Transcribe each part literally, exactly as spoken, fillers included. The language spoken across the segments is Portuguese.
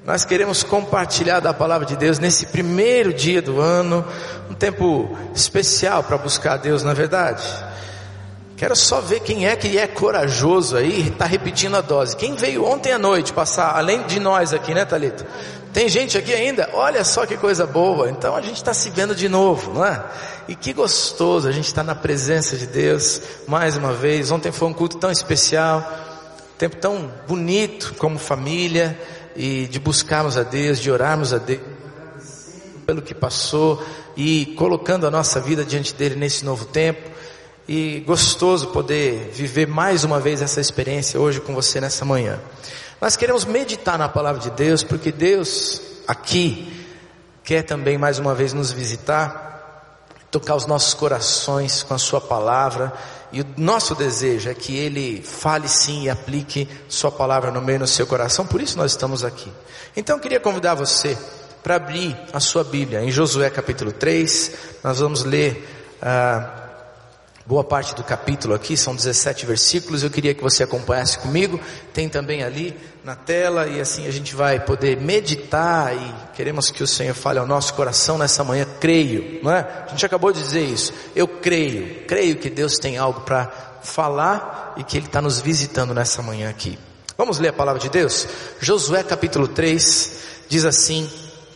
nós queremos compartilhar da palavra de Deus nesse primeiro dia do ano, um tempo especial para buscar a Deus, na verdade. Quero só ver quem é que é corajoso aí, está repetindo a dose. Quem veio ontem à noite passar, além de nós aqui, né, Thalita? Tem gente aqui ainda? Olha só que coisa boa. Então a gente está se vendo de novo, não é? E que gostoso a gente estar na presença de Deus mais uma vez. Ontem foi um culto tão especial, um tempo tão bonito como família, e de buscarmos a Deus, de orarmos a Deus pelo que passou e colocando a nossa vida diante dele nesse novo tempo. E gostoso poder viver mais uma vez essa experiência hoje com você nessa manhã. Nós queremos meditar na palavra de Deus, porque Deus aqui quer também mais uma vez nos visitar, tocar os nossos corações com a sua palavra. E o nosso desejo é que Ele fale sim e aplique sua palavra no meio do seu coração. Por isso nós estamos aqui. Então eu queria convidar você para abrir a sua Bíblia em Josué capítulo três. Nós vamos ler ah, boa parte do capítulo aqui, são dezessete versículos. Eu queria que você acompanhasse comigo, tem também ali na tela, e assim a gente vai poder meditar, e queremos que o Senhor fale ao nosso coração nessa manhã. Creio, não é? A gente acabou de dizer isso, eu creio, creio que Deus tem algo para falar, e que Ele está nos visitando nessa manhã aqui. Vamos ler a palavra de Deus? Josué capítulo três, diz assim,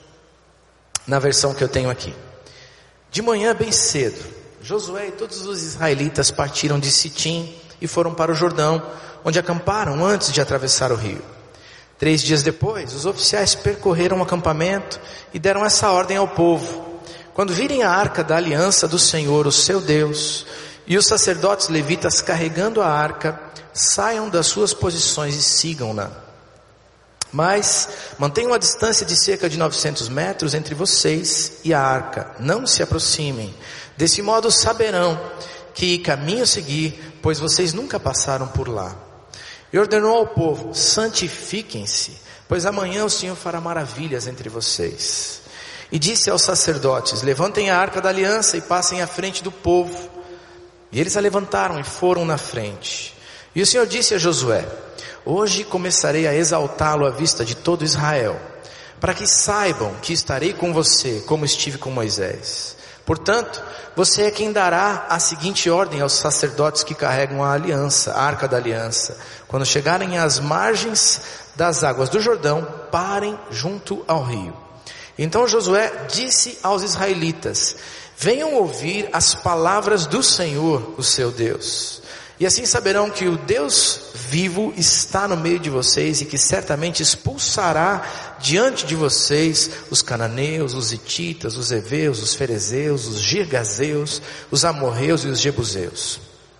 na versão que eu tenho aqui: de manhã bem cedo, Josué e todos os israelitas partiram de Sitim e foram para o Jordão, onde acamparam antes de atravessar o rio. Três dias depois, os oficiais percorreram o acampamento e deram essa ordem ao povo: quando virem a arca da aliança do Senhor, o seu Deus, e os sacerdotes levitas carregando a arca, saiam das suas posições e sigam-na. Mas mantenham a distância de cerca de novecentos metros entre vocês e a arca, não se aproximem. Desse modo saberão que caminho seguir, pois vocês nunca passaram por lá. E ordenou ao povo: santifiquem-se, pois amanhã o Senhor fará maravilhas entre vocês. E disse aos sacerdotes: levantem a arca da aliança e passem à frente do povo. E eles a levantaram e foram na frente. E o Senhor disse a Josué: hoje começarei a exaltá-lo à vista de todo Israel, para que saibam que estarei com você, como estive com Moisés. Portanto, você é quem dará a seguinte ordem aos sacerdotes que carregam a aliança, a arca da aliança: quando chegarem às margens das águas do Jordão, parem junto ao rio. Então Josué disse aos israelitas: venham ouvir as palavras do Senhor, o seu Deus. E assim saberão que o Deus vivo está no meio de vocês, e que certamente expulsará diante de vocês os cananeus, os hititas, os heveus, os ferezeus, os girgazeus, os amorreus e os jebuseus.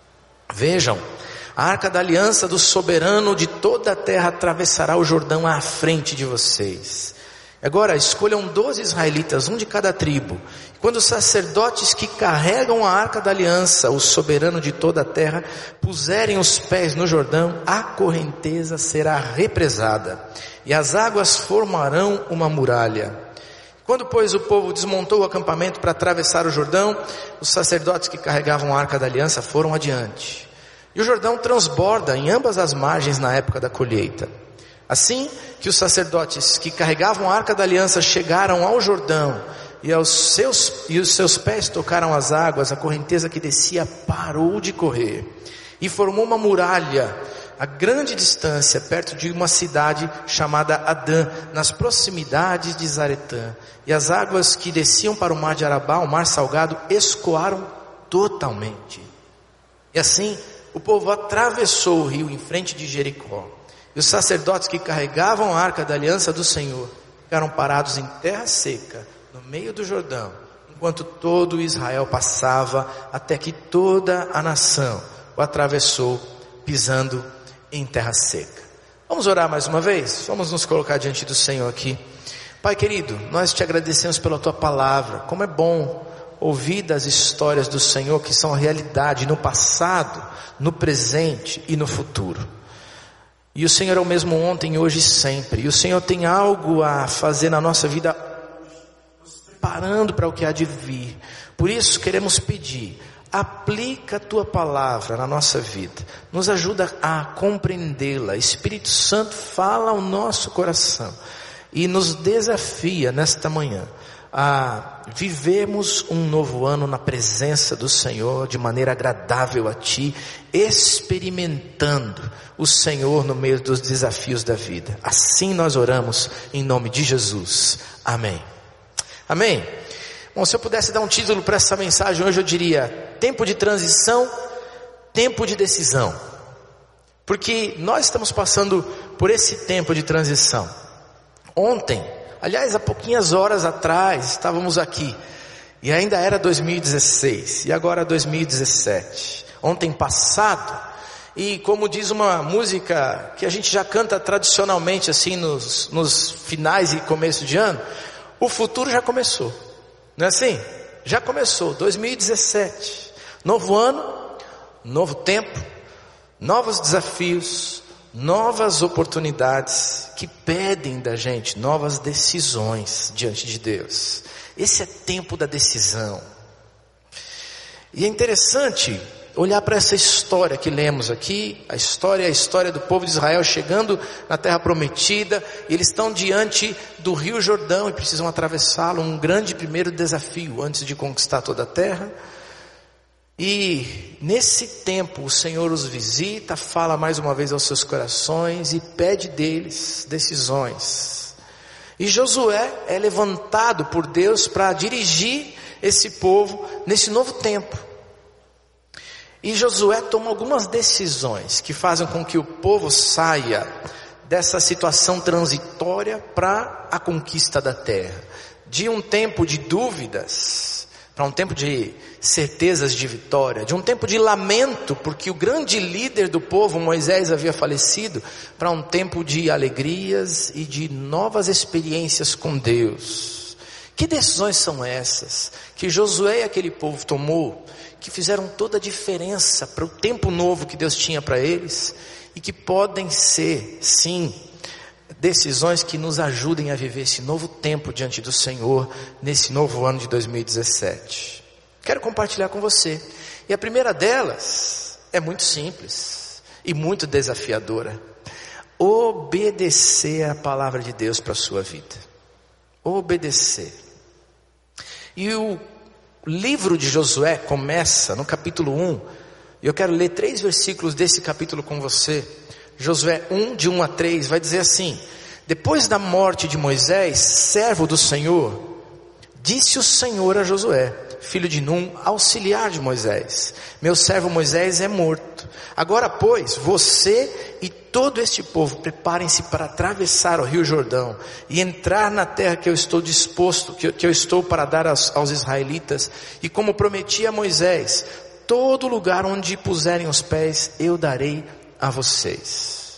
Vejam, a arca da aliança do soberano de toda a terra atravessará o Jordão à frente de vocês. Agora escolham doze israelitas, um de cada tribo. Quando os sacerdotes que carregam a arca da aliança, o soberano de toda a terra, puserem os pés no Jordão, a correnteza será represada, e as águas formarão uma muralha. Quando, pois, o povo desmontou o acampamento para atravessar o Jordão, os sacerdotes que carregavam a arca da aliança foram adiante. E o Jordão transborda em ambas as margens na época da colheita. Assim que os sacerdotes que carregavam a arca da aliança chegaram ao Jordão, e, aos seus, e os seus pés tocaram as águas, a correnteza que descia parou de correr, e formou uma muralha a grande distância, perto de uma cidade chamada Adã, nas proximidades de Zaretã. E as águas que desciam para o mar de Arabá, o mar salgado, escoaram totalmente. E assim o povo atravessou o rio em frente de Jericó. E os sacerdotes que carregavam a arca da aliança do Senhor ficaram parados em terra seca, no meio do Jordão, enquanto todo Israel passava, até que toda a nação o atravessou, pisando em terra seca. Vamos orar mais uma vez? Vamos nos colocar diante do Senhor aqui. Pai querido, nós te agradecemos pela tua palavra. Como é bom ouvir das histórias do Senhor que são a realidade no passado, no presente e no futuro. E o Senhor é o mesmo ontem, hoje e sempre. E o Senhor tem algo a fazer na nossa vida, nos preparando para o que há de vir. Por isso queremos pedir: aplica a tua palavra na nossa vida, nos ajuda a compreendê-la. Espírito Santo, fala ao nosso coração e nos desafia nesta manhã a vivermos um novo ano na presença do Senhor, de maneira agradável a Ti, experimentando o Senhor no meio dos desafios da vida. Assim nós oramos em nome de Jesus. Amém. Amém. Bom, se eu pudesse dar um título para essa mensagem hoje, eu diria: tempo de transição, tempo de decisão. Porque nós estamos passando por esse tempo de transição. Ontem, aliás, há pouquinhas horas atrás, estávamos aqui, e ainda era dois mil e dezesseis, e agora dois mil e dezessete. Ontem passado, e como diz uma música que a gente já canta tradicionalmente assim nos, nos finais e começo de ano, o futuro já começou. Não é assim? Já começou, dois mil e dezessete, novo ano, novo tempo, novos desafios, novas oportunidades que pedem da gente novas decisões diante de Deus. Esse é tempo da decisão. E é interessante olhar para essa história que lemos aqui. A história é a história do povo de Israel chegando na terra prometida. E eles estão diante do rio Jordão e precisam atravessá-lo. Um grande primeiro desafio antes de conquistar toda a terra. E nesse tempo o Senhor os visita, fala mais uma vez aos seus corações e pede deles decisões. E Josué é levantado por Deus para dirigir esse povo nesse novo tempo. E Josué toma algumas decisões que fazem com que o povo saia dessa situação transitória para a conquista da terra. De um tempo de dúvidas para um tempo de certezas de vitória, de um tempo de lamento, porque o grande líder do povo, Moisés, havia falecido, para um tempo de alegrias e de novas experiências com Deus. Que decisões são essas que Josué e aquele povo tomou, que fizeram toda a diferença para o tempo novo que Deus tinha para eles, e que podem ser, sim, decisões que nos ajudem a viver esse novo tempo diante do Senhor, nesse novo ano de dois mil e dezessete. Quero compartilhar com você. E a primeira delas é muito simples e muito desafiadora. Obedecer a palavra de Deus para a sua vida. Obedecer. E o livro de Josué começa no capítulo um. E eu quero ler três versículos desse capítulo com você. Josué um, de um a três, vai dizer assim: depois da morte de Moisés, servo do Senhor, disse o Senhor a Josué, filho de Num, auxiliar de Moisés: meu servo Moisés é morto. Agora, pois, você e todo este povo preparem-se para atravessar o rio Jordão e entrar na terra que eu estou disposto, que eu, que eu estou para dar aos, aos israelitas, e como prometi a Moisés, todo lugar onde puserem os pés eu darei a vocês.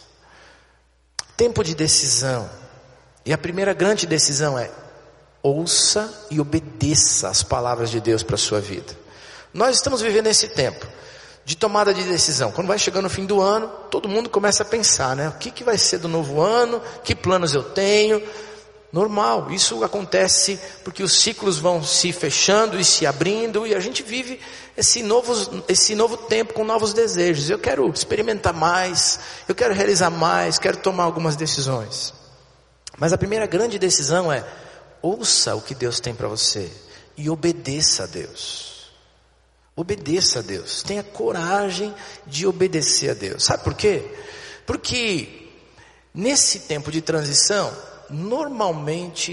Tempo de decisão. E a primeira grande decisão é: ouça e obedeça as palavras de Deus para a sua vida. Nós estamos vivendo esse tempo de tomada de decisão. Quando vai chegando o fim do ano, todo mundo começa a pensar, né? O que, que vai ser do novo ano? Que planos eu tenho? Normal, isso acontece porque os ciclos vão se fechando e se abrindo, e a gente vive esse novo, esse novo tempo com novos desejos. Eu quero experimentar mais, eu quero realizar mais, quero tomar algumas decisões. Mas a primeira grande decisão é: ouça o que Deus tem para você e obedeça a Deus. Obedeça a Deus, tenha coragem de obedecer a Deus. Sabe por quê? Porque nesse tempo de transição, normalmente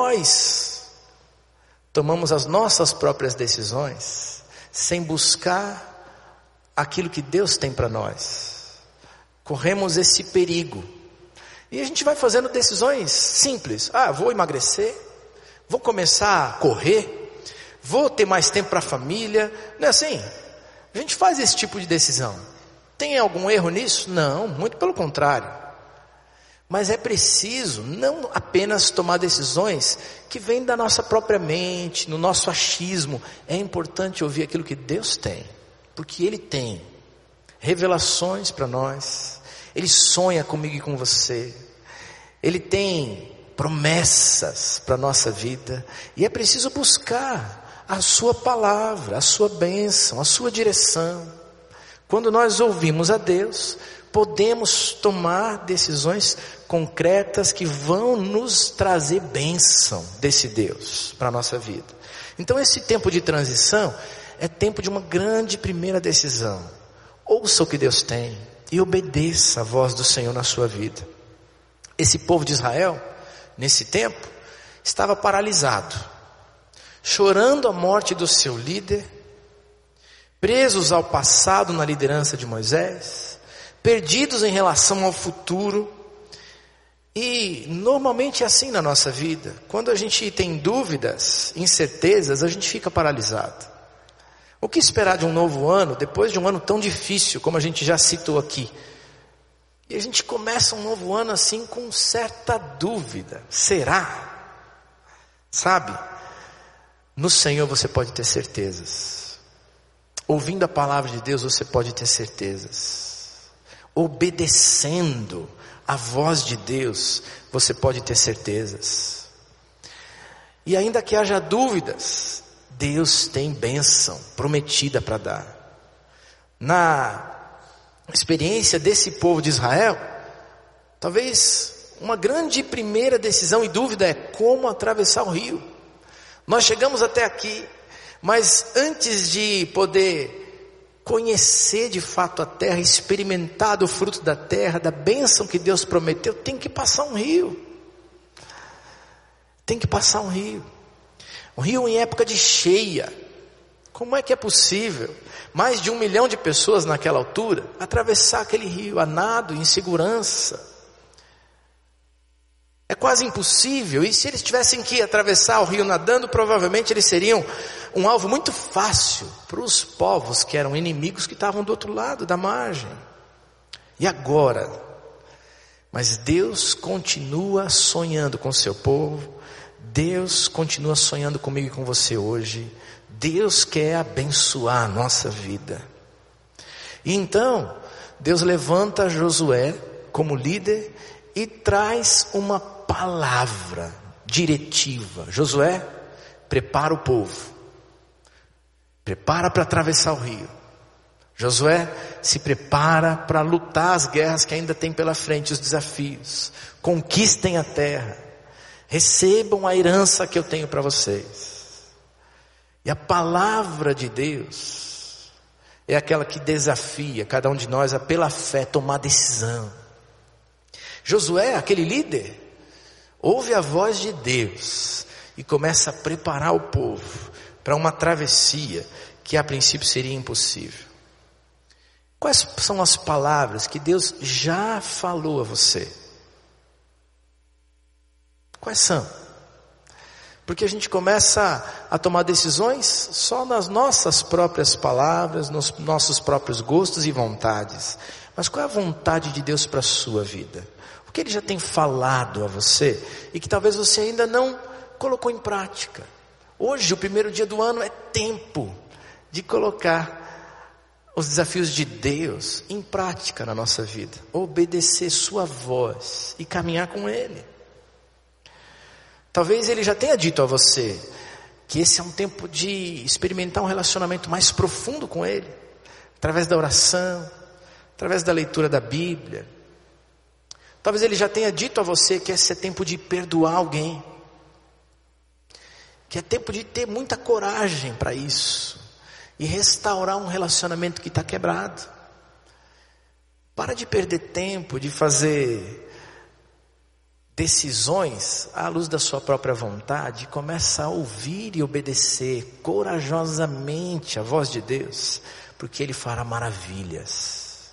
nós tomamos as nossas próprias decisões sem buscar aquilo que Deus tem para nós. Corremos esse perigo. E a gente vai fazendo decisões simples. Ah, vou emagrecer, vou começar a correr, vou ter mais tempo para a família. Não é assim? A gente faz esse tipo de decisão. Tem algum erro nisso? Não, muito pelo contrário. Mas é preciso não apenas tomar decisões que vêm da nossa própria mente, no nosso achismo. É importante ouvir aquilo que Deus tem, porque Ele tem revelações para nós. Ele sonha comigo e com você. Ele tem promessas para a nossa vida. E é preciso buscar a sua palavra, a sua bênção, a sua direção. Quando nós ouvimos a Deus, podemos tomar decisões concretas que vão nos trazer bênção desse Deus para a nossa vida. Então esse tempo de transição é tempo de uma grande primeira decisão. Ouça o que Deus tem e obedeça a voz do Senhor na sua vida. Esse povo de Israel, nesse tempo, estava paralisado, chorando a morte do seu líder, presos ao passado na liderança de Moisés, perdidos em relação ao futuro. E normalmente é assim na nossa vida. Quando a gente tem dúvidas, incertezas, a gente fica paralisado. O que esperar de um novo ano, depois de um ano tão difícil, como a gente já citou aqui? E a gente começa um novo ano assim com certa dúvida. Será? Sabe? No Senhor você pode ter certezas. Ouvindo a palavra de Deus você pode ter certezas. Obedecendo a voz de Deus você pode ter certezas. E ainda que haja dúvidas, Deus tem bênção prometida para dar. Na experiência desse povo de Israel, talvez uma grande primeira decisão e dúvida é como atravessar o rio. Nós chegamos até aqui, mas antes de poder conhecer de fato a terra, experimentar do fruto da terra, da bênção que Deus prometeu, tem que passar um rio. Tem que passar um rio. Um rio em época de cheia. Como é que é possível mais de um milhão de pessoas naquela altura atravessar aquele rio a nado, em segurança? É quase impossível. E se eles tivessem que atravessar o rio nadando, provavelmente eles seriam um alvo muito fácil para os povos que eram inimigos, que estavam do outro lado da margem. E agora? Mas Deus continua sonhando com o seu povo. Deus continua sonhando comigo e com você hoje. Deus quer abençoar a nossa vida. E então, Deus levanta Josué como líder e traz uma palavra diretiva. Josué, prepara o povo. Prepara para atravessar o rio. Josué, se prepara para lutar as guerras que ainda tem pela frente, os desafios. Conquistem a terra. Recebam a herança que eu tenho para vocês. E a palavra de Deus é aquela que desafia cada um de nós a pela fé tomar decisão. Josué, aquele líder, ouve a voz de Deus e começa a preparar o povo para uma travessia que a princípio seria impossível. Quais são as palavras que Deus já falou a você? Quais são? Porque a gente começa a tomar decisões só nas nossas próprias palavras, nos nossos próprios gostos e vontades. Mas qual é a vontade de Deus para a sua vida? O que Ele já tem falado a você e que talvez você ainda não colocou em prática. Hoje, o primeiro dia do ano, é tempo de colocar os desafios de Deus em prática na nossa vida. Obedecer sua voz e caminhar com Ele. Talvez Ele já tenha dito a você que esse é um tempo de experimentar um relacionamento mais profundo com Ele, através da oração, através da leitura da Bíblia. Talvez Ele já tenha dito a você que esse é tempo de perdoar alguém, que é tempo de ter muita coragem para isso e restaurar um relacionamento que está quebrado. Para de perder tempo de fazer decisões à luz da sua própria vontade, começa a ouvir e obedecer corajosamente a voz de Deus, porque Ele fará maravilhas.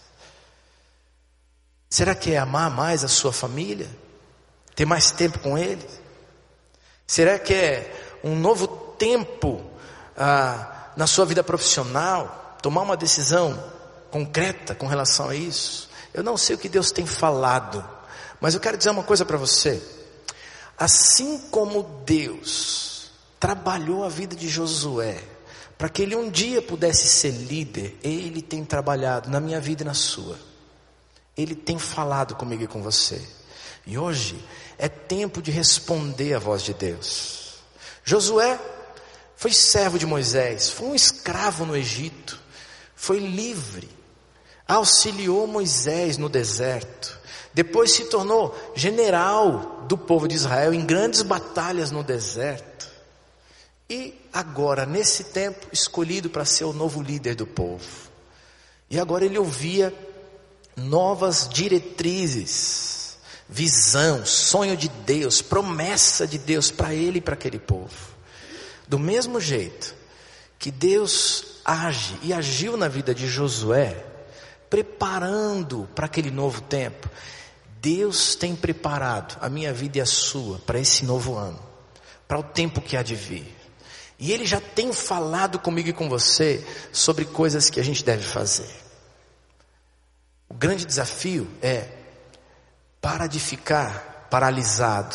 Será que é amar mais a sua família? Ter mais tempo com Ele? Será que é um novo tempo ah, na sua vida profissional? Tomar uma decisão concreta com relação a isso? Eu não sei o que Deus tem falado, mas eu quero dizer uma coisa para você. Assim como Deus trabalhou a vida de Josué para que ele um dia pudesse ser líder, Ele tem trabalhado na minha vida e na sua. Ele tem falado comigo e com você. E hoje é tempo de responder à voz de Deus. Josué foi servo de Moisés, foi um escravo no Egito, foi livre, auxiliou Moisés no deserto, depois se tornou general do povo de Israel em grandes batalhas no deserto, e agora nesse tempo escolhido para ser o novo líder do povo. E agora ele ouvia novas diretrizes, visão, sonho de Deus, promessa de Deus para ele e para aquele povo. Do mesmo jeito que Deus age e agiu na vida de Josué, preparando para aquele novo tempo, Deus tem preparado a minha vida e a sua para esse novo ano, para o tempo que há de vir. E Ele já tem falado comigo e com você sobre coisas que a gente deve fazer. O grande desafio é: para de ficar paralisado,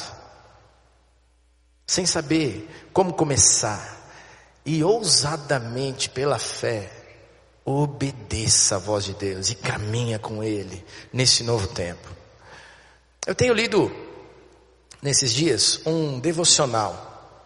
sem saber como começar, e ousadamente pela fé, obedeça a voz de Deus e caminha com Ele nesse novo tempo. Eu tenho lido nesses dias um devocional.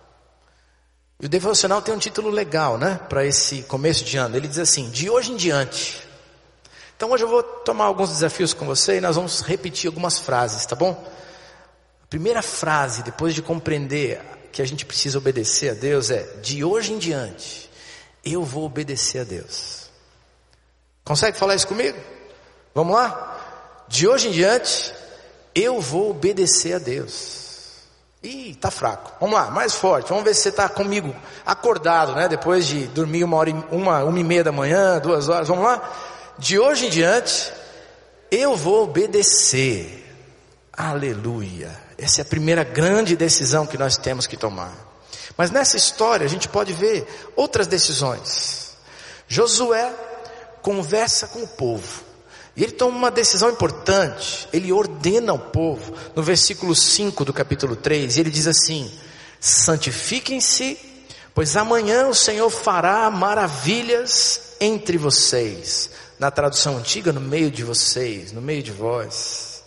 E o devocional tem um título legal, né? Para esse começo de ano. Ele diz assim: de hoje em diante. Então hoje eu vou tomar alguns desafios com você e nós vamos repetir algumas frases, tá bom? A primeira frase, depois de compreender que a gente precisa obedecer a Deus, é: de hoje em diante eu vou obedecer a Deus. Consegue falar isso comigo? Vamos lá? De hoje em diante eu vou obedecer a Deus. Ih, tá fraco. Vamos lá, mais forte. Vamos ver se você está comigo acordado, né? Depois de dormir uma hora, e, uma, uma e meia da manhã, duas horas. Vamos lá? De hoje em diante eu vou obedecer. Aleluia. Essa é a primeira grande decisão que nós temos que tomar. Mas nessa história a gente pode ver outras decisões. Josué conversa com o povo e ele toma uma decisão importante. Ele ordena ao povo, no versículo cinco do capítulo três, ele diz assim: santifiquem-se, pois amanhã o Senhor fará maravilhas entre vocês. Na tradução antiga, no meio de vocês, no meio de vós.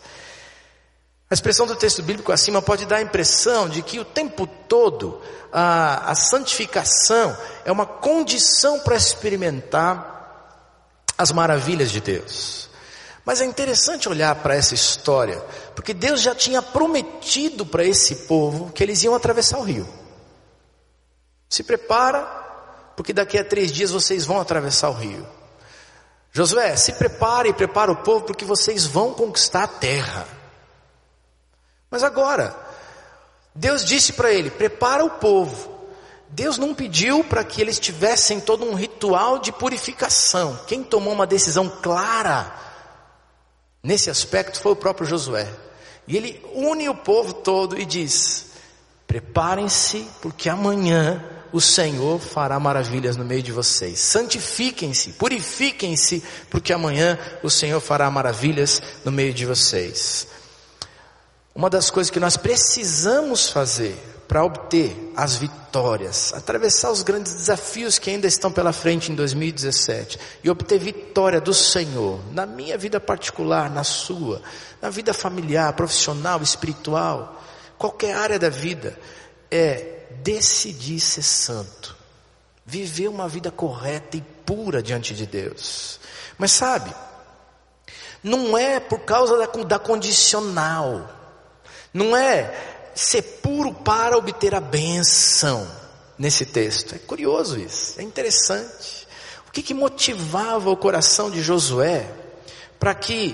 A expressão do texto bíblico acima pode dar a impressão de que o tempo todo a, a santificação é uma condição para experimentar as maravilhas de Deus. Mas é interessante olhar para essa história, porque Deus já tinha prometido para esse povo que eles iam atravessar o rio. Se prepara, porque daqui a três dias vocês vão atravessar o rio. Josué, se prepare e prepara o povo, porque vocês vão conquistar a terra. Mas agora, Deus disse para ele: prepara o povo. Deus não pediu para que eles tivessem todo um ritual de purificação. Quem tomou uma decisão clara nesse aspecto foi o próprio Josué. E ele une o povo todo e diz: preparem-se, porque amanhã o Senhor fará maravilhas no meio de vocês. Santifiquem-se, purifiquem-se, porque amanhã o Senhor fará maravilhas no meio de vocês. Uma das coisas que nós precisamos fazer para obter as vitórias, atravessar os grandes desafios que ainda estão pela frente em dois mil e dezessete, e obter vitória do Senhor, na minha vida particular, na sua, na vida familiar, profissional, espiritual, qualquer área da vida, é decidir ser santo, viver uma vida correta e pura diante de Deus. Mas sabe, não é por causa da, da condicional, não é ser puro para obter a bênção nesse texto. É curioso isso, é interessante. O que que motivava o coração de Josué para que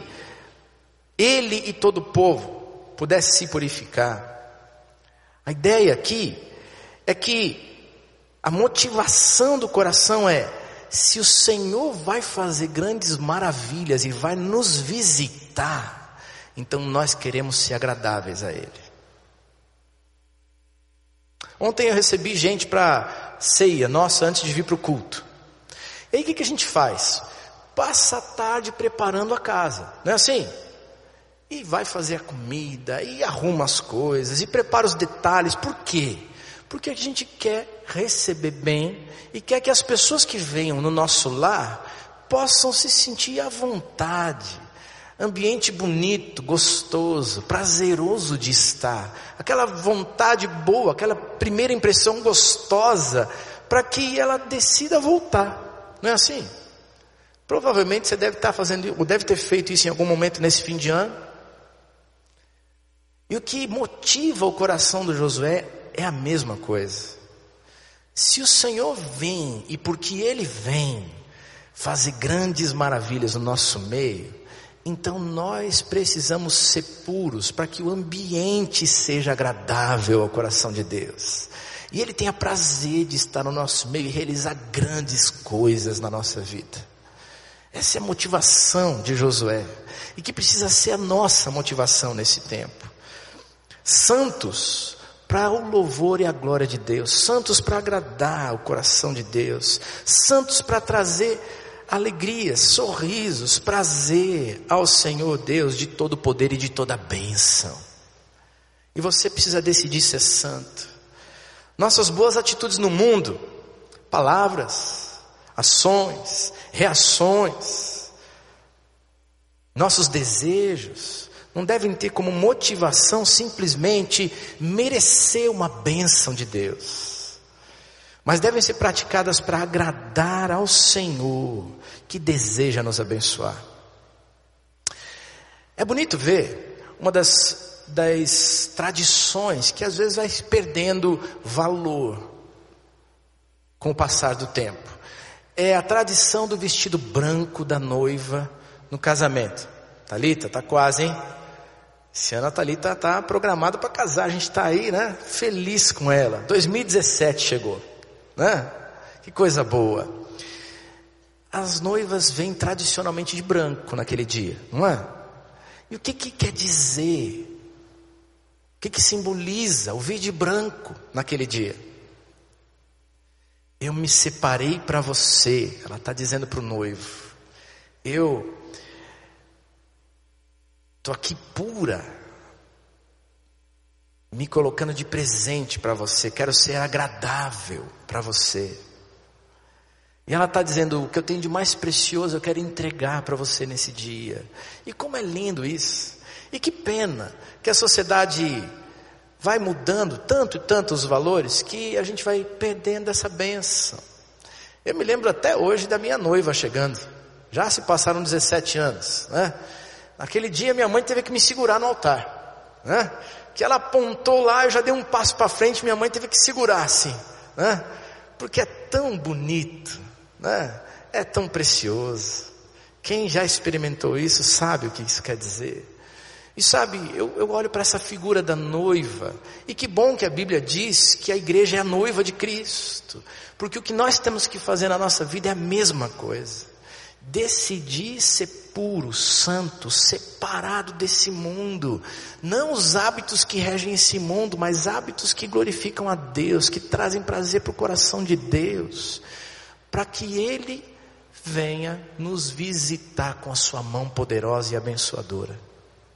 ele e todo o povo pudesse se purificar? A ideia aqui é que a motivação do coração é: se o Senhor vai fazer grandes maravilhas e vai nos visitar, então nós queremos ser agradáveis a Ele. Ontem eu recebi gente para ceia nossa antes de vir para o culto. E aí o que, que a gente faz? Passa a tarde preparando a casa, não é assim? E vai fazer a comida, e arruma as coisas, e prepara os detalhes. Por quê? Porque a gente quer receber bem e quer que as pessoas que venham no nosso lar possam se sentir à vontade. Ambiente bonito, gostoso, prazeroso de estar. Aquela vontade boa, aquela primeira impressão gostosa, para que ela decida voltar. Não é assim? Provavelmente você deve estar fazendo, ou deve ter feito isso em algum momento nesse fim de ano. E o que motiva o coração do Josué é a mesma coisa. Se o Senhor vem, e porque Ele vem fazer grandes maravilhas no nosso meio, então nós precisamos ser puros para que o ambiente seja agradável ao coração de Deus. E Ele tenha prazer de estar no nosso meio e realizar grandes coisas na nossa vida. Essa é a motivação de Josué, e que precisa ser a nossa motivação nesse tempo. Santos para o louvor e a glória de Deus, santos para agradar o coração de Deus, santos para trazer alegrias, sorrisos, prazer ao Senhor Deus de todo poder e de toda bênção. E você precisa decidir ser santo. Nossas boas atitudes no mundo, palavras, ações, reações, nossos desejos, não devem ter como motivação simplesmente merecer uma bênção de Deus, mas devem ser praticadas para agradar ao Senhor, que deseja nos abençoar. É bonito ver uma das, das tradições que às vezes vai perdendo valor com o passar do tempo. É a tradição do vestido branco da noiva no casamento. Thalita, tá quase, hein? Esse ano a Thalita está programada para casar, a gente está aí, né? Feliz com ela. dois mil e dezessete chegou, né? Que coisa boa. As noivas vêm tradicionalmente de branco naquele dia, não é? E o que que quer dizer? O que que simboliza o vir de branco naquele dia? Eu me separei para você, ela está dizendo para o noivo. Eu estou aqui pura, me colocando de presente para você, quero ser agradável para você. E ela está dizendo, o que eu tenho de mais precioso eu quero entregar para você nesse dia. E como é lindo isso. E que pena que a sociedade vai mudando tanto e tanto os valores, que a gente vai perdendo essa bênção. Eu me lembro até hoje da minha noiva chegando. Já se passaram dezessete anos, né? Naquele dia minha mãe teve que me segurar no altar, né? Que ela apontou lá, eu já dei um passo para frente, minha mãe teve que segurar assim, né? Porque é tão bonito, né? É tão precioso. Quem já experimentou isso sabe o que isso quer dizer. E sabe, eu, eu olho para essa figura da noiva, e que bom que a Bíblia diz que a igreja é a noiva de Cristo, porque o que nós temos que fazer na nossa vida é a mesma coisa. Decidir ser puro, santo, separado desse mundo, não os hábitos que regem esse mundo, mas hábitos que glorificam a Deus, que trazem prazer para o coração de Deus, para que Ele venha nos visitar com a sua mão poderosa e abençoadora.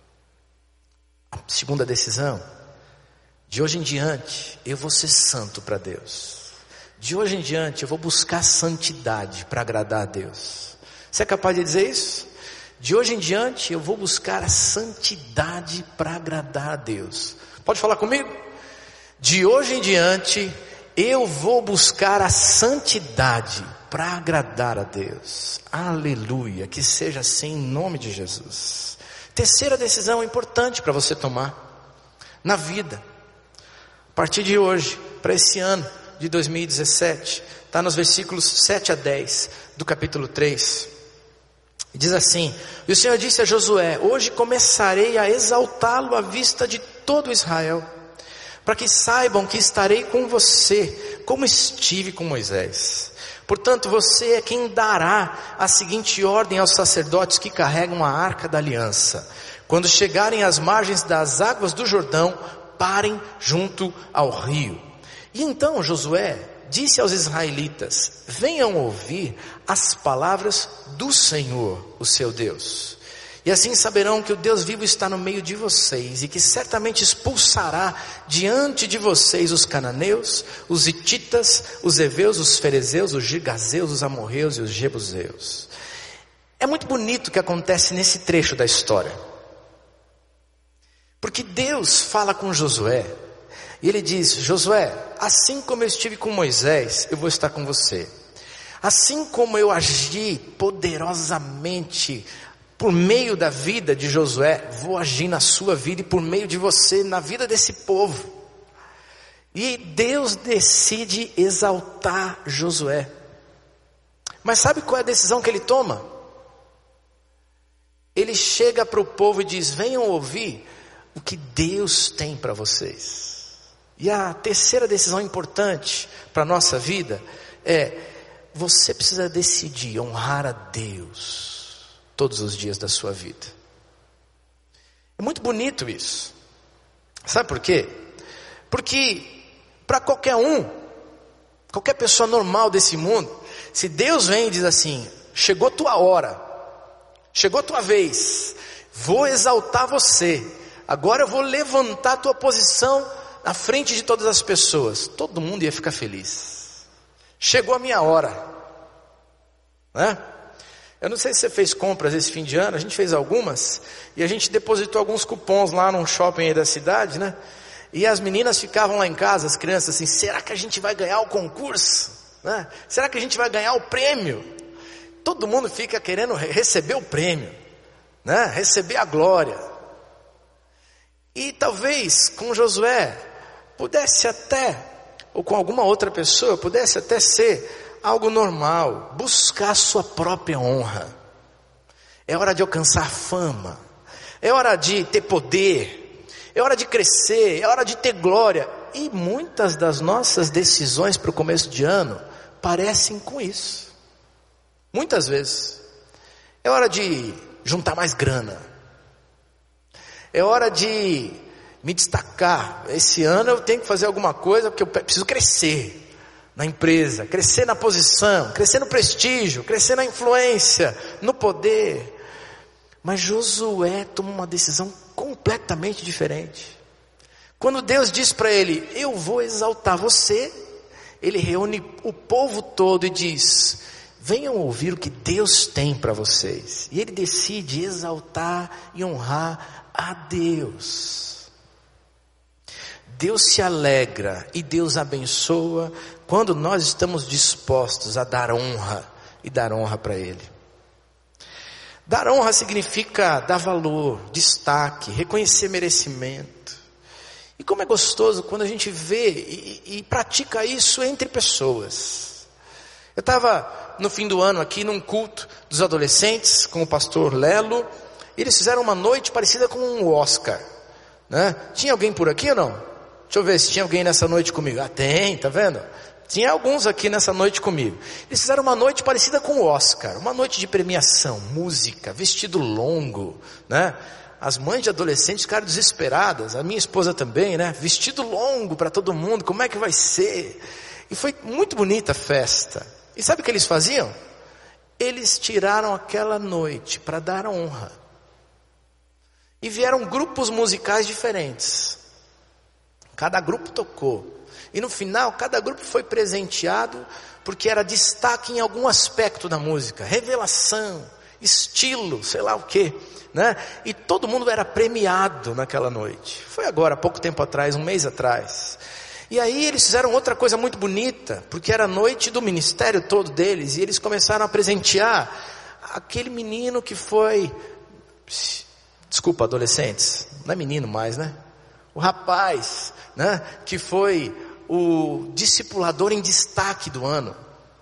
A segunda decisão, de hoje em diante eu vou ser santo para Deus. De hoje em diante eu vou buscar santidade para agradar a Deus. Você é capaz de dizer isso? De hoje em diante eu vou buscar a santidade para agradar a Deus. Pode falar comigo? De hoje em diante eu vou buscar a santidade para agradar a Deus. Aleluia, que seja assim em nome de Jesus. Terceira decisão importante para você tomar na vida, a partir de hoje, para esse ano de dois mil e dezessete, está nos versículos sete a dez do capítulo três, diz assim: e o Senhor disse a Josué, hoje começarei a exaltá-lo à vista de todo Israel, para que saibam que estarei com você, como estive com Moisés. Portanto, você é quem dará a seguinte ordem aos sacerdotes que carregam a arca da aliança: quando chegarem às margens das águas do Jordão, parem junto ao rio. E então Josué disse aos israelitas: venham ouvir as palavras do Senhor, o seu Deus. E assim saberão que o Deus vivo está no meio de vocês, e que certamente expulsará diante de vocês os cananeus, os hititas, os heveus, os ferezeus, os gigazeus, os amorreus e os jebuseus. É muito bonito o que acontece nesse trecho da história, porque Deus fala com Josué, e Ele diz: Josué, assim como eu estive com Moisés, eu vou estar com você. Assim como eu agi poderosamente por meio da vida de Josué, vou agir na sua vida e por meio de você, na vida desse povo. E Deus decide exaltar Josué. Mas sabe qual é a decisão que ele toma? Ele chega para o povo e diz: venham ouvir o que Deus tem para vocês. E a terceira decisão importante para a nossa vida é: você precisa decidir honrar a Deus todos os dias da sua vida. É muito bonito isso. Sabe por quê? Porque para qualquer um, qualquer pessoa normal desse mundo, se Deus vem e diz assim: chegou tua hora, chegou tua vez, vou exaltar você, agora eu vou levantar a tua posição na frente de todas as pessoas, todo mundo ia ficar feliz. Chegou a minha hora, né? Eu não sei se você fez compras esse fim de ano, a gente fez algumas, e a gente depositou alguns cupons lá num shopping aí da cidade, né? E as meninas ficavam lá em casa, as crianças assim: será que a gente vai ganhar o concurso? Né? Será que a gente vai ganhar o prêmio? Todo mundo fica querendo receber o prêmio, né? Receber a glória. E talvez com Josué pudesse até, ou com alguma outra pessoa, pudesse até ser algo normal, buscar a sua própria honra. É hora de alcançar fama, é hora de ter poder, é hora de crescer, é hora de ter glória. E muitas das nossas decisões para o começo de ano parecem com isso. Muitas vezes é hora de juntar mais grana, é hora de me destacar. Esse ano eu tenho que fazer alguma coisa, porque eu preciso crescer na empresa, crescer na posição, crescer no prestígio, crescer na influência, no poder. Mas Josué toma uma decisão completamente diferente. Quando Deus diz para ele: eu vou exaltar você, ele reúne o povo todo e diz: venham ouvir o que Deus tem para vocês. E ele decide exaltar e honrar a Deus. Deus se alegra e Deus abençoa quando nós estamos dispostos a dar honra e dar honra para Ele. Dar honra significa dar valor, destaque, reconhecer merecimento. E como é gostoso quando a gente vê e, e pratica isso entre pessoas. Eu estava no fim do ano aqui num culto dos adolescentes com o pastor Lelo. E eles fizeram uma noite parecida com um Oscar, né? Tinha alguém por aqui ou não? Deixa eu ver se tinha alguém nessa noite comigo. Ah, tem, tá vendo? Tinha alguns aqui nessa noite comigo. Eles fizeram uma noite parecida com o Oscar, uma noite de premiação, música, vestido longo, né? As mães de adolescentes ficaram desesperadas, a minha esposa também, né? Vestido longo para todo mundo, como é que vai ser? E foi muito bonita a festa. E sabe o que eles faziam? Eles tiraram aquela noite para dar honra. E vieram grupos musicais diferentes. Cada grupo tocou. E no final, cada grupo foi presenteado porque era destaque em algum aspecto da música. Revelação, estilo, sei lá o quê, né? E todo mundo era premiado naquela noite. Foi agora, há pouco tempo atrás, um mês atrás. E aí eles fizeram outra coisa muito bonita, porque era a noite do ministério todo deles. E eles começaram a presentear aquele menino que foi... Desculpa, adolescentes, não é menino mais, né? O rapaz, né? Que foi o discipulador em destaque do ano.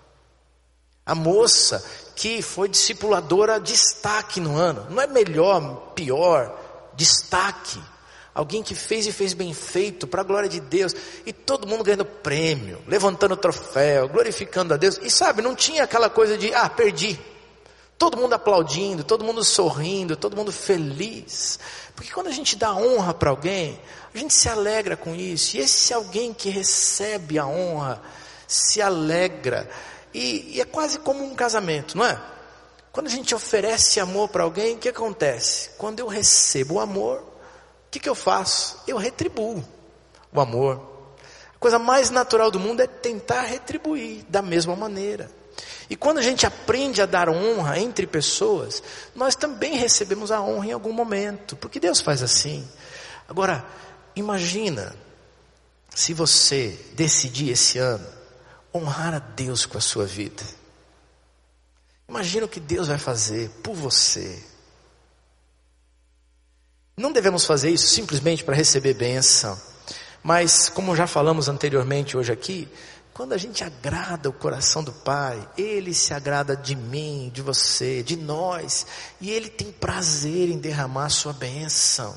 A moça que foi discipuladora destaque no ano. Não é melhor, pior, destaque. Alguém que fez e fez bem feito, para a glória de Deus. E todo mundo ganhando prêmio, levantando troféu, glorificando a Deus. E sabe, não tinha aquela coisa de, ah, perdi. Todo mundo aplaudindo, todo mundo sorrindo, todo mundo feliz. Porque quando a gente dá honra para alguém, a gente se alegra com isso. E esse alguém que recebe a honra, se alegra. E, e é quase como um casamento, não é? Quando a gente oferece amor para alguém, o que acontece? Quando eu recebo o amor, o que, que eu faço? Eu retribuo o amor. A coisa mais natural do mundo é tentar retribuir da mesma maneira. E quando a gente aprende a dar honra entre pessoas, nós também recebemos a honra em algum momento, porque Deus faz assim. Agora, imagina se você decidir esse ano honrar a Deus com a sua vida. Imagina o que Deus vai fazer por você. Não devemos fazer isso simplesmente para receber bênção, mas como já falamos anteriormente hoje aqui, quando a gente agrada o coração do Pai, Ele se agrada de mim, de você, de nós, e Ele tem prazer em derramar a sua bênção.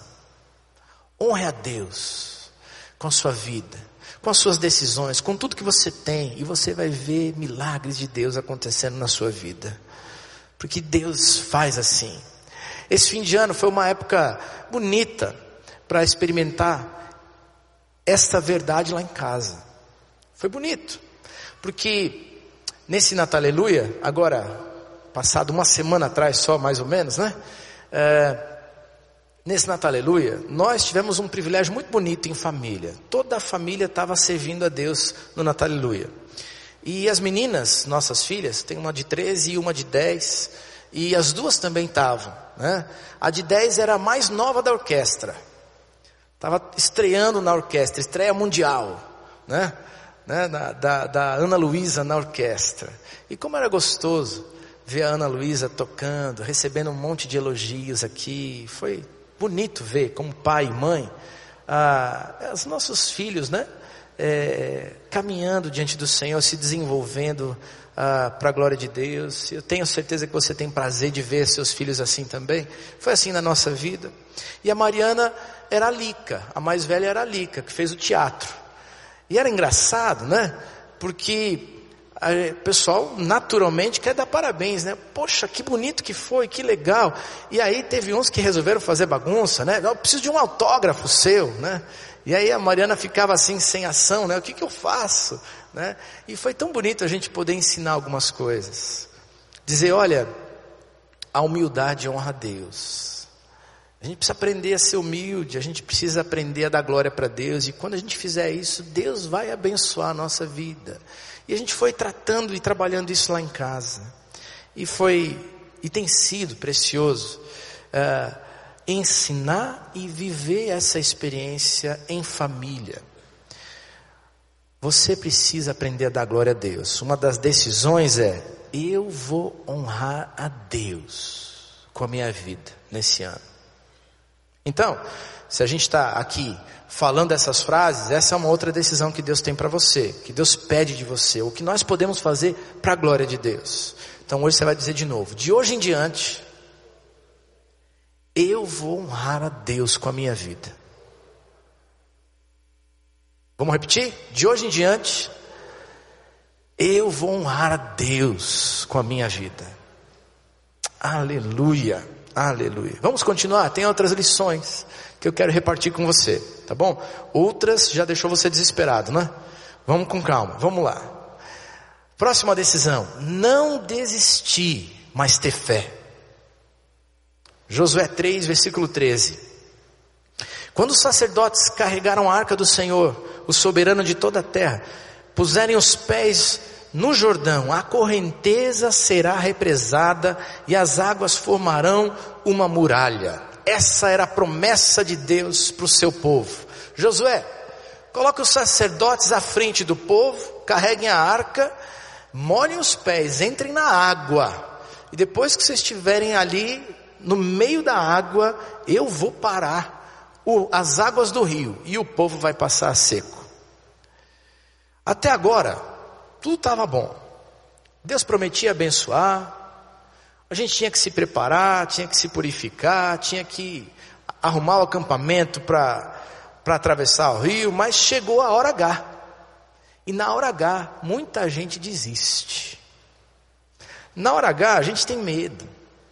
Honre a Deus com a sua vida, com as suas decisões, com tudo que você tem, e você vai ver milagres de Deus acontecendo na sua vida, porque Deus faz assim. Esse fim de ano foi uma época bonita para experimentar esta verdade lá em casa. Foi bonito, porque nesse Natal Aleluia, agora, passado uma semana atrás só, mais ou menos, né? É, nesse Natal Aleluia, nós tivemos um privilégio muito bonito em família. Toda a família estava servindo a Deus no Natal Aleluia. E as meninas, nossas filhas, tem uma de treze e uma de dez, e as duas também estavam, né? A de dez era a mais nova da orquestra. Estava estreando na orquestra, estreia mundial, né? Né, da, da, da Ana Luísa na orquestra. E como era gostoso ver a Ana Luísa tocando, recebendo um monte de elogios aqui. Foi bonito ver como pai e mãe, ah, os nossos filhos, né, é, caminhando diante do Senhor, se desenvolvendo ah, para a glória de Deus. Eu tenho certeza que você tem prazer de ver seus filhos assim também. Foi assim na nossa vida. E a Mariana era a Lica, a mais velha era a Lica, que fez o teatro. E era engraçado, né? Porque o pessoal naturalmente quer dar parabéns, né? Poxa, que bonito que foi, que legal. E aí teve uns que resolveram fazer bagunça, né? Eu preciso de um autógrafo seu, né? E aí a Mariana ficava assim sem ação, né? O que que eu faço, né? E foi tão bonito a gente poder ensinar algumas coisas. Dizer, olha, a humildade honra a Deus. A gente precisa aprender a ser humilde, a gente precisa aprender a dar glória para Deus, e quando a gente fizer isso, Deus vai abençoar a nossa vida. E a gente foi tratando e trabalhando isso lá em casa, e foi, e tem sido precioso, uh, ensinar e viver essa experiência em família. Você precisa aprender a dar glória a Deus. Uma das decisões é, eu vou honrar a Deus com a minha vida nesse ano. Então, se a gente está aqui falando essas frases, essa é uma outra decisão que Deus tem para você, que Deus pede de você, o que nós podemos fazer para a glória de Deus. Então hoje você vai dizer de novo, de hoje em diante, eu vou honrar a Deus com a minha vida. Vamos repetir? De hoje em diante, eu vou honrar a Deus com a minha vida. Aleluia. Aleluia. Vamos continuar, tem outras lições que eu quero repartir com você, tá bom? Outras já deixou você desesperado, né? Vamos com calma, vamos lá. Próxima decisão, não desistir, mas ter fé. Josué três, versículo treze. Quando os sacerdotes carregaram a arca do Senhor, o soberano de toda a terra, puserem os pés no Jordão, a correnteza será represada e as águas formarão uma muralha. Essa era a promessa de Deus para o seu povo. Josué, coloque os sacerdotes à frente do povo, carreguem a arca, molhem os pés, entrem na água, e depois que vocês estiverem ali no meio da água, eu vou parar o, as águas do rio e o povo vai passar seco. Até agora tudo estava bom. Deus prometia abençoar. A gente tinha que se preparar, tinha que se purificar, tinha que arrumar o acampamento para para atravessar o rio, mas chegou a hora H. E na hora H, muita gente desiste. Na hora H, a gente tem medo.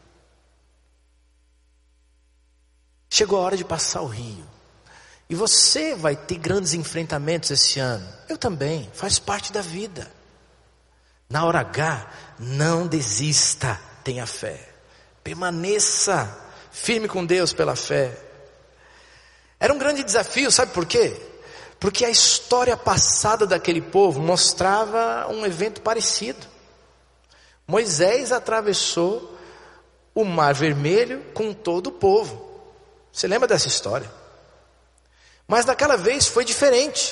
Chegou a hora de passar o rio. E você vai ter grandes enfrentamentos esse ano. Eu também, faz parte da vida. Na hora H, não desista, tenha fé. Permaneça firme com Deus pela fé. Era um grande desafio, sabe por quê? Porque a história passada daquele povo mostrava um evento parecido. Moisés atravessou o Mar Vermelho com todo o povo. Você lembra dessa história? Mas daquela vez foi diferente.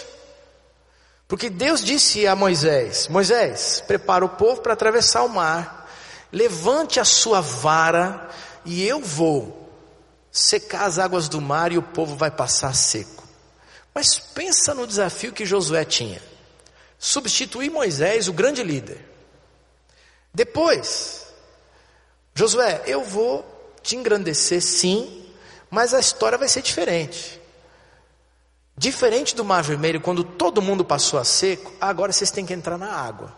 Porque Deus disse a Moisés, Moisés, prepara o povo para atravessar o mar. levante a sua vara e eu vou secar as águas do mar e o povo vai passar seco. Mas pensa no desafio que Josué tinha: substituir Moisés, o grande líder. Depois, Josué, eu vou te engrandecer sim, mas a história vai ser diferente. Diferente do Mar Vermelho, quando todo mundo passou a seco, agora vocês têm que entrar na água.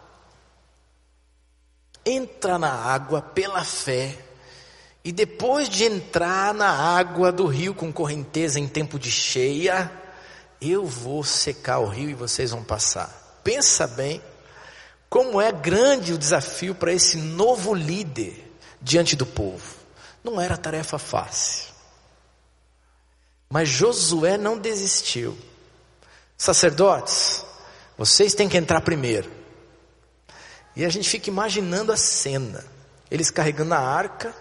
Entra na água pela fé. E depois de entrar na água do rio com correnteza em tempo de cheia, eu vou secar o rio e vocês vão passar. Pensa bem como é grande o desafio para esse novo líder diante do povo. Não era tarefa fácil. Mas Josué não desistiu. Sacerdotes, vocês têm que entrar primeiro. E a gente fica imaginando a cena. Eles carregando a arca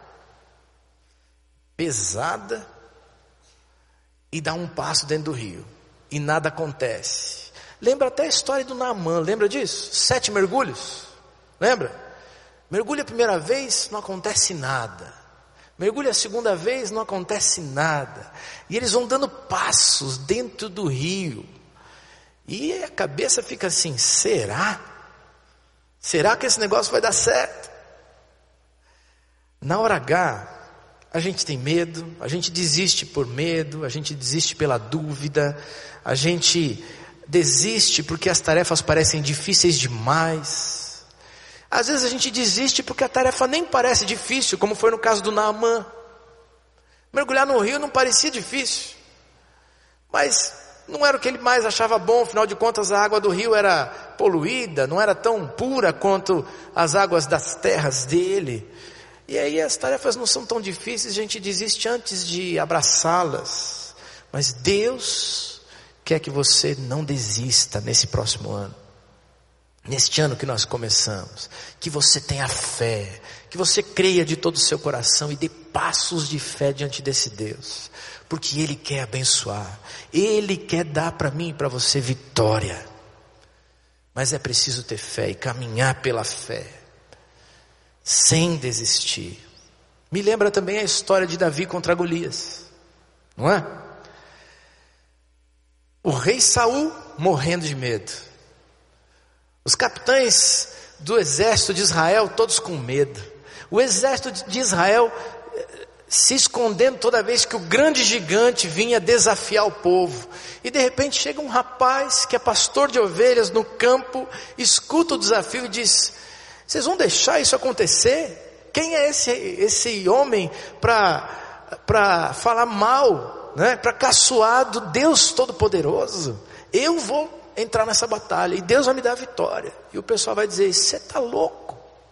pesada e dá um passo dentro do rio. E nada acontece. Lembra até a história do Naamã, lembra disso? Sete mergulhos, lembra? Mergulha a primeira vez, não acontece nada. Mergulha a segunda vez, não acontece nada. E eles vão dando passos dentro do rio. E a cabeça fica assim: será? Será que esse negócio vai dar certo? Na hora H, a gente tem medo, a gente desiste por medo, a gente desiste pela dúvida, a gente desiste porque as tarefas parecem difíceis demais. Às vezes a gente desiste porque a tarefa nem parece difícil, como foi no caso do Naamã. Mergulhar no rio não parecia difícil, mas não era o que ele mais achava bom. Afinal de contas, a água do rio era poluída, não era tão pura quanto as águas das terras dele. E aí as tarefas não são tão difíceis, a gente desiste antes de abraçá-las. Mas Deus quer que você não desista nesse próximo ano. Neste ano que nós começamos, que você tenha fé, que você creia de todo o seu coração e dê passos de fé diante desse Deus, porque Ele quer abençoar, Ele quer dar para mim e para você vitória, mas é preciso ter fé e caminhar pela fé, sem desistir. Me lembra também a história de Davi contra Golias, não é? O rei Saul morrendo de medo, os capitães do exército de Israel todos com medo, o exército de Israel se escondendo toda vez que o grande gigante vinha desafiar o povo. E de repente chega um rapaz que é pastor de ovelhas no campo, escuta o desafio e diz: vocês vão deixar isso acontecer? Quem é esse, esse homem para para falar mal, né? Para caçoar do Deus Todo-Poderoso? Eu vou entrar nessa batalha e Deus vai me dar a vitória. E o pessoal vai dizer: você está louco?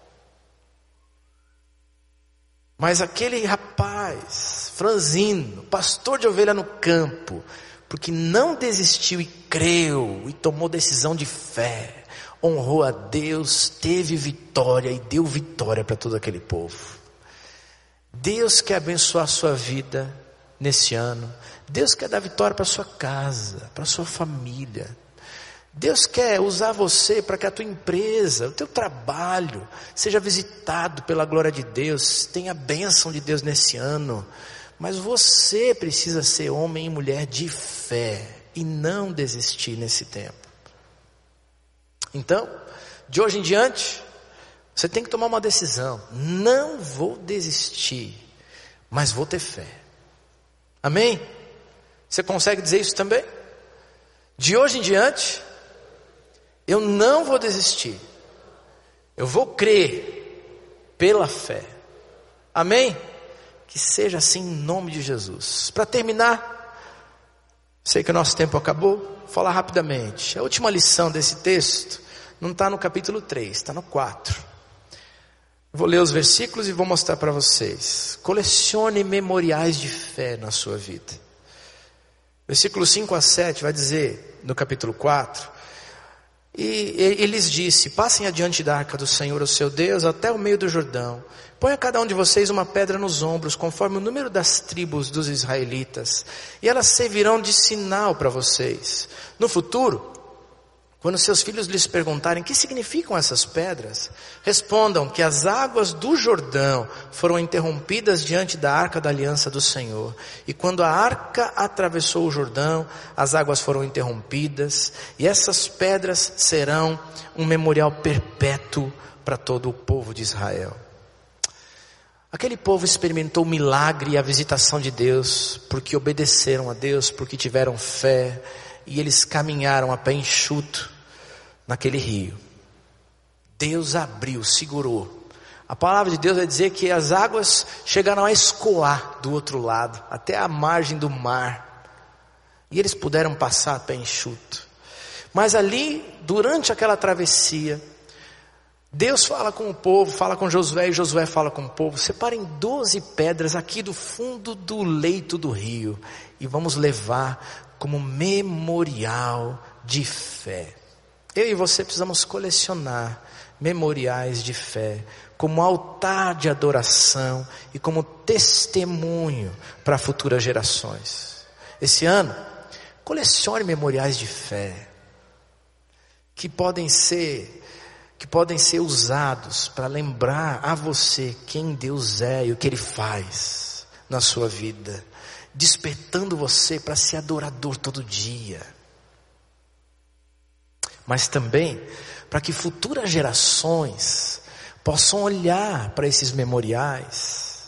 Mas aquele rapaz franzino, pastor de ovelha no campo, porque não desistiu e creu e tomou decisão de fé, honrou a Deus, teve vitória e deu vitória para todo aquele povo. Deus quer abençoar a sua vida nesse ano. Deus quer dar vitória para a sua casa, para a sua família. Deus quer usar você para que a tua empresa, o teu trabalho seja visitado pela glória de Deus, tenha a bênção de Deus nesse ano. Mas você precisa ser homem e mulher de fé e não desistir nesse tempo. Então, de hoje em diante, você tem que tomar uma decisão: não vou desistir, mas vou ter fé. Amém? Você consegue dizer isso também? De hoje em diante, eu não vou desistir, eu vou crer pela fé. Amém? Que seja assim em nome de Jesus. Para terminar, sei que o nosso tempo acabou, vou falar rapidamente. A última lição desse texto não está no capítulo três, está no quatro. Vou ler os versículos e vou mostrar para vocês. Colecione memoriais de fé na sua vida. Versículos cinco a sete vai dizer, no capítulo quatro: E ele lhes disse: passem adiante da arca do Senhor, o seu Deus, até o meio do Jordão. Ponha cada um de vocês uma pedra nos ombros, conforme o número das tribos dos israelitas, e elas servirão de sinal para vocês. No futuro, Quando seus filhos lhes perguntarem o que significam essas pedras, respondam que as águas do Jordão foram interrompidas diante da arca da aliança do Senhor. E quando a arca atravessou o Jordão, as águas foram interrompidas, e essas pedras serão um memorial perpétuo para todo o povo de Israel. Aquele povo experimentou o milagre e a visitação de Deus, porque obedeceram a Deus, porque tiveram fé, e eles caminharam a pé enxuto naquele rio. Deus abriu, segurou. A palavra de Deus vai dizer que as águas chegaram a escoar do outro lado, até a margem do mar. E eles puderam passar a pé enxuto. Mas ali, durante aquela travessia, Deus fala com o povo, fala com Josué, e Josué fala com o povo: separem doze pedras aqui do fundo do leito do rio, e vamos levar como memorial de fé. Eu e você precisamos colecionar memoriais de fé, como altar de adoração e como testemunho para futuras gerações. Esse ano, colecione memoriais de fé, que podem ser, que podem ser usados para lembrar a você quem Deus é e o que Ele faz na sua vida, despertando você para ser adorador todo dia. Mas também para que futuras gerações possam olhar para esses memoriais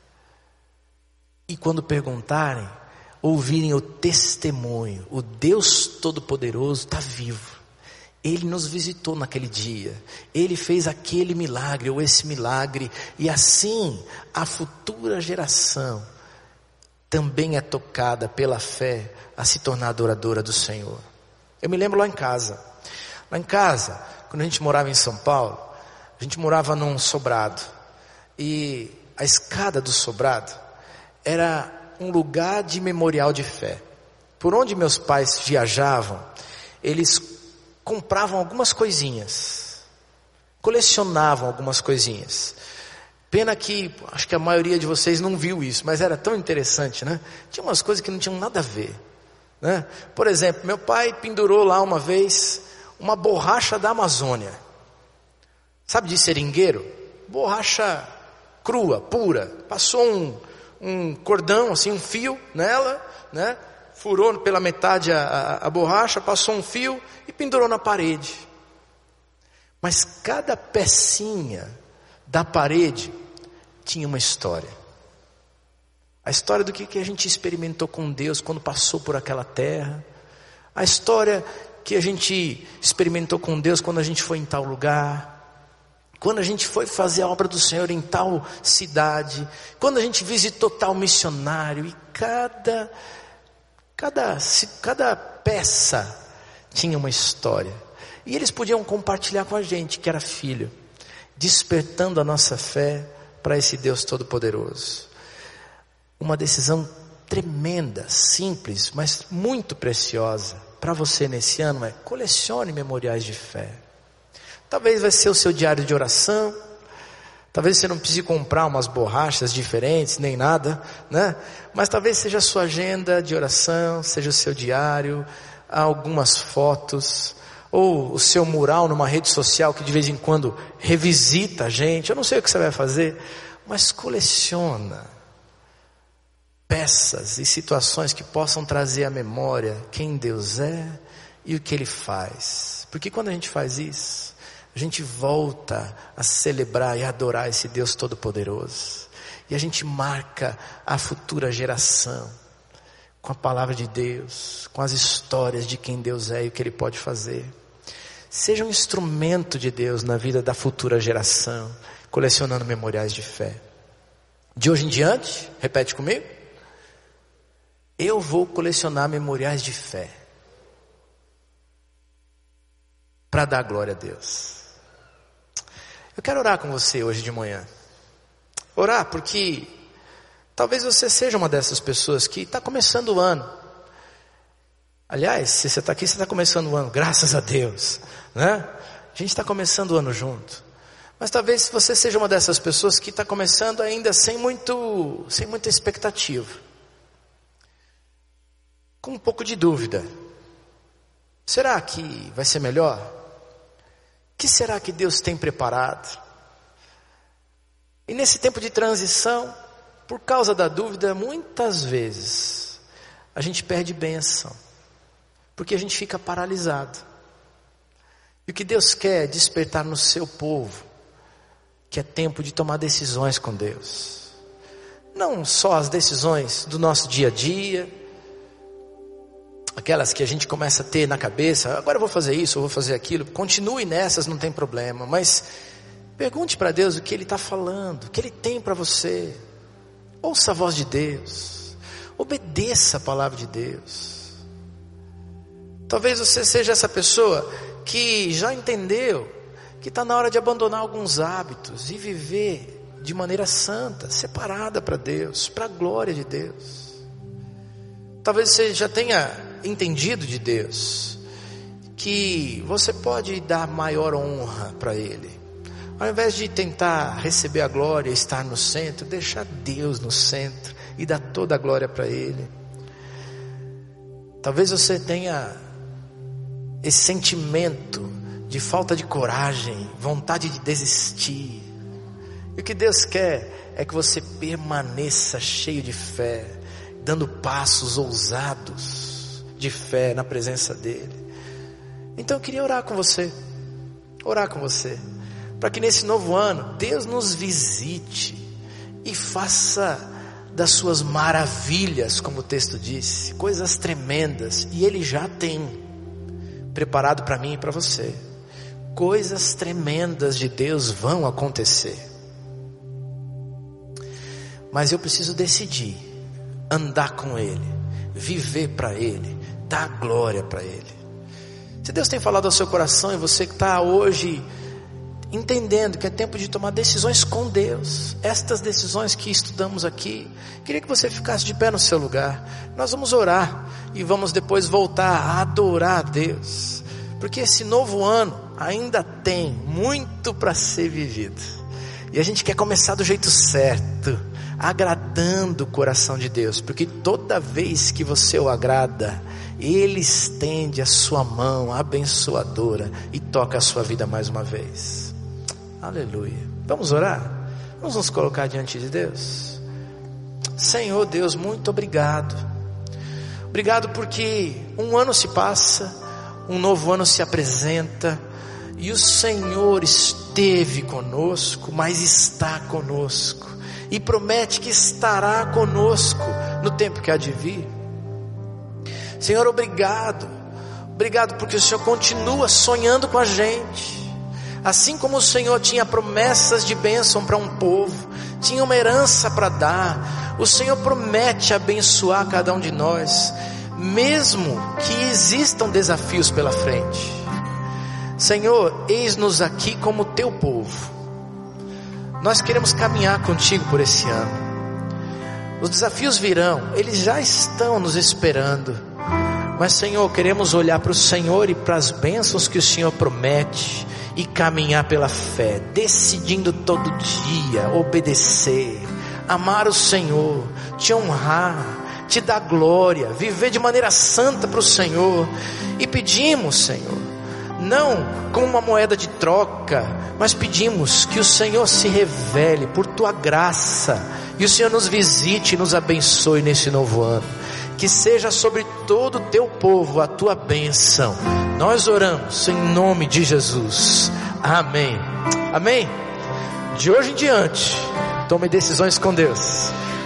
e, quando perguntarem, ouvirem o testemunho: o Deus Todo-Poderoso está vivo, Ele nos visitou naquele dia, Ele fez aquele milagre ou esse milagre, e assim a futura geração também é tocada pela fé a se tornar adoradora do Senhor. Eu me lembro lá em casa, lá em casa, quando a gente morava em São Paulo, a gente morava num sobrado, e a escada do sobrado era um lugar de memorial de fé. Por onde meus pais viajavam, eles compravam algumas coisinhas, colecionavam algumas coisinhas. Pena que, acho que a maioria de vocês não viu isso, mas era tão interessante, né? Tinha umas coisas que não tinham nada a ver, né? Por exemplo, meu pai pendurou lá uma vez uma borracha da Amazônia. Sabe de seringueiro? Borracha crua, pura. Passou um, um cordão, assim, um fio nela, né? Furou pela metade a, a, a borracha, passou um fio e pendurou na parede. Mas cada pecinha da parede tinha uma história. A história do que, que a gente experimentou com Deus quando passou por aquela terra. A história que a gente experimentou com Deus quando a gente foi em tal lugar. Quando a gente foi fazer a obra do Senhor em tal cidade. Quando a gente visitou tal missionário. E cada, cada, cada peça tinha uma história. E eles podiam compartilhar com a gente, que era filho, despertando a nossa fé para esse Deus Todo-Poderoso. Uma decisão tremenda, simples, mas muito preciosa para você nesse ano é: colecione memoriais de fé. Talvez vai ser o seu diário de oração. Talvez você não precise comprar umas borrachas diferentes, nem nada, né? Mas talvez seja a sua agenda de oração, seja o seu diário, algumas fotos, ou o seu mural numa rede social que de vez em quando revisita a gente. Eu não sei o que você vai fazer, mas coleciona peças e situações que possam trazer à memória quem Deus é e o que Ele faz. Porque quando a gente faz isso, a gente volta a celebrar e adorar esse Deus Todo-Poderoso. E a gente marca a futura geração com a palavra de Deus, com as histórias de quem Deus é e o que Ele pode fazer. Seja um instrumento de Deus na vida da futura geração, colecionando memoriais de fé. De hoje em diante, repete comigo: eu vou colecionar memoriais de fé, para dar glória a Deus. Eu quero orar com você hoje de manhã. Orar porque talvez você seja uma dessas pessoas que está começando o ano. Aliás, se você está aqui, você está começando o ano, graças a Deus, né? A gente está começando o ano junto. Mas talvez você seja uma dessas pessoas que está começando ainda sem muito, sem muita expectativa, com um pouco de dúvida. Será que vai ser melhor? O que será que Deus tem preparado? E nesse tempo de transição, por causa da dúvida, muitas vezes a gente perde bênção, porque a gente fica paralisado. E o que Deus quer é despertar no seu povo, que é tempo de tomar decisões com Deus. Não só as decisões do nosso dia a dia, aquelas que a gente começa a ter na cabeça, agora eu vou fazer isso, eu vou fazer aquilo, continue nessas, não tem problema, mas pergunte para Deus o que Ele está falando, o que Ele tem para você. Ouça a voz de Deus, obedeça a palavra de Deus. Talvez você seja essa pessoa que já entendeu que está na hora de abandonar alguns hábitos e viver de maneira santa, separada para Deus, para a glória de Deus. Talvez você já tenha entendido de Deus que você pode dar maior honra para Ele. Ao invés de tentar receber a glória, estar no centro, deixar Deus no centro e dar toda a glória para Ele. Talvez você tenha esse sentimento de falta de coragem, vontade de desistir. E o que Deus quer é que você permaneça cheio de fé, dando passos ousados de fé na presença dEle. Então eu queria orar com você, orar com você, para que nesse novo ano Deus nos visite e faça das suas maravilhas, como o texto disse, coisas tremendas. E Ele já tem preparado para mim e para você. Coisas tremendas de Deus vão acontecer, mas eu preciso decidir andar com Ele, viver para Ele, dar glória para Ele. Se Deus tem falado ao seu coração e você que está hoje entendendo que é tempo de tomar decisões com Deus, estas decisões que estudamos aqui, queria que você ficasse de pé no seu lugar. Nós vamos orar e vamos depois voltar a adorar a Deus, porque esse novo ano ainda tem muito para ser vivido, e a gente quer começar do jeito certo, agradando o coração de Deus, porque toda vez que você o agrada, Ele estende a sua mão abençoadora e toca a sua vida mais uma vez. Aleluia. Vamos orar? Vamos nos colocar diante de Deus. Senhor Deus, muito obrigado. Obrigado porque um ano se passa, um novo ano se apresenta, e o Senhor esteve conosco, mas está conosco, e promete que estará conosco no tempo que há de vir. Senhor, obrigado, obrigado porque o Senhor continua sonhando com a gente. Assim como o Senhor tinha promessas de bênção para um povo, tinha uma herança para dar, o Senhor promete abençoar cada um de nós, mesmo que existam desafios pela frente. Senhor, eis-nos aqui como teu povo. Nós queremos caminhar contigo por esse ano. Os desafios virão, eles já estão nos esperando, mas Senhor, queremos olhar para o Senhor e para as bênçãos que o Senhor promete, e caminhar pela fé, decidindo todo dia obedecer, amar o Senhor, te honrar, te dar glória, viver de maneira santa para o Senhor. E pedimos, Senhor, não como uma moeda de troca, mas pedimos que o Senhor se revele por tua graça, e o Senhor nos visite e nos abençoe nesse novo ano. Que seja sobre todo o teu povo a tua bênção. Nós oramos em nome de Jesus. Amém. Amém. De hoje em diante, tome decisões com Deus.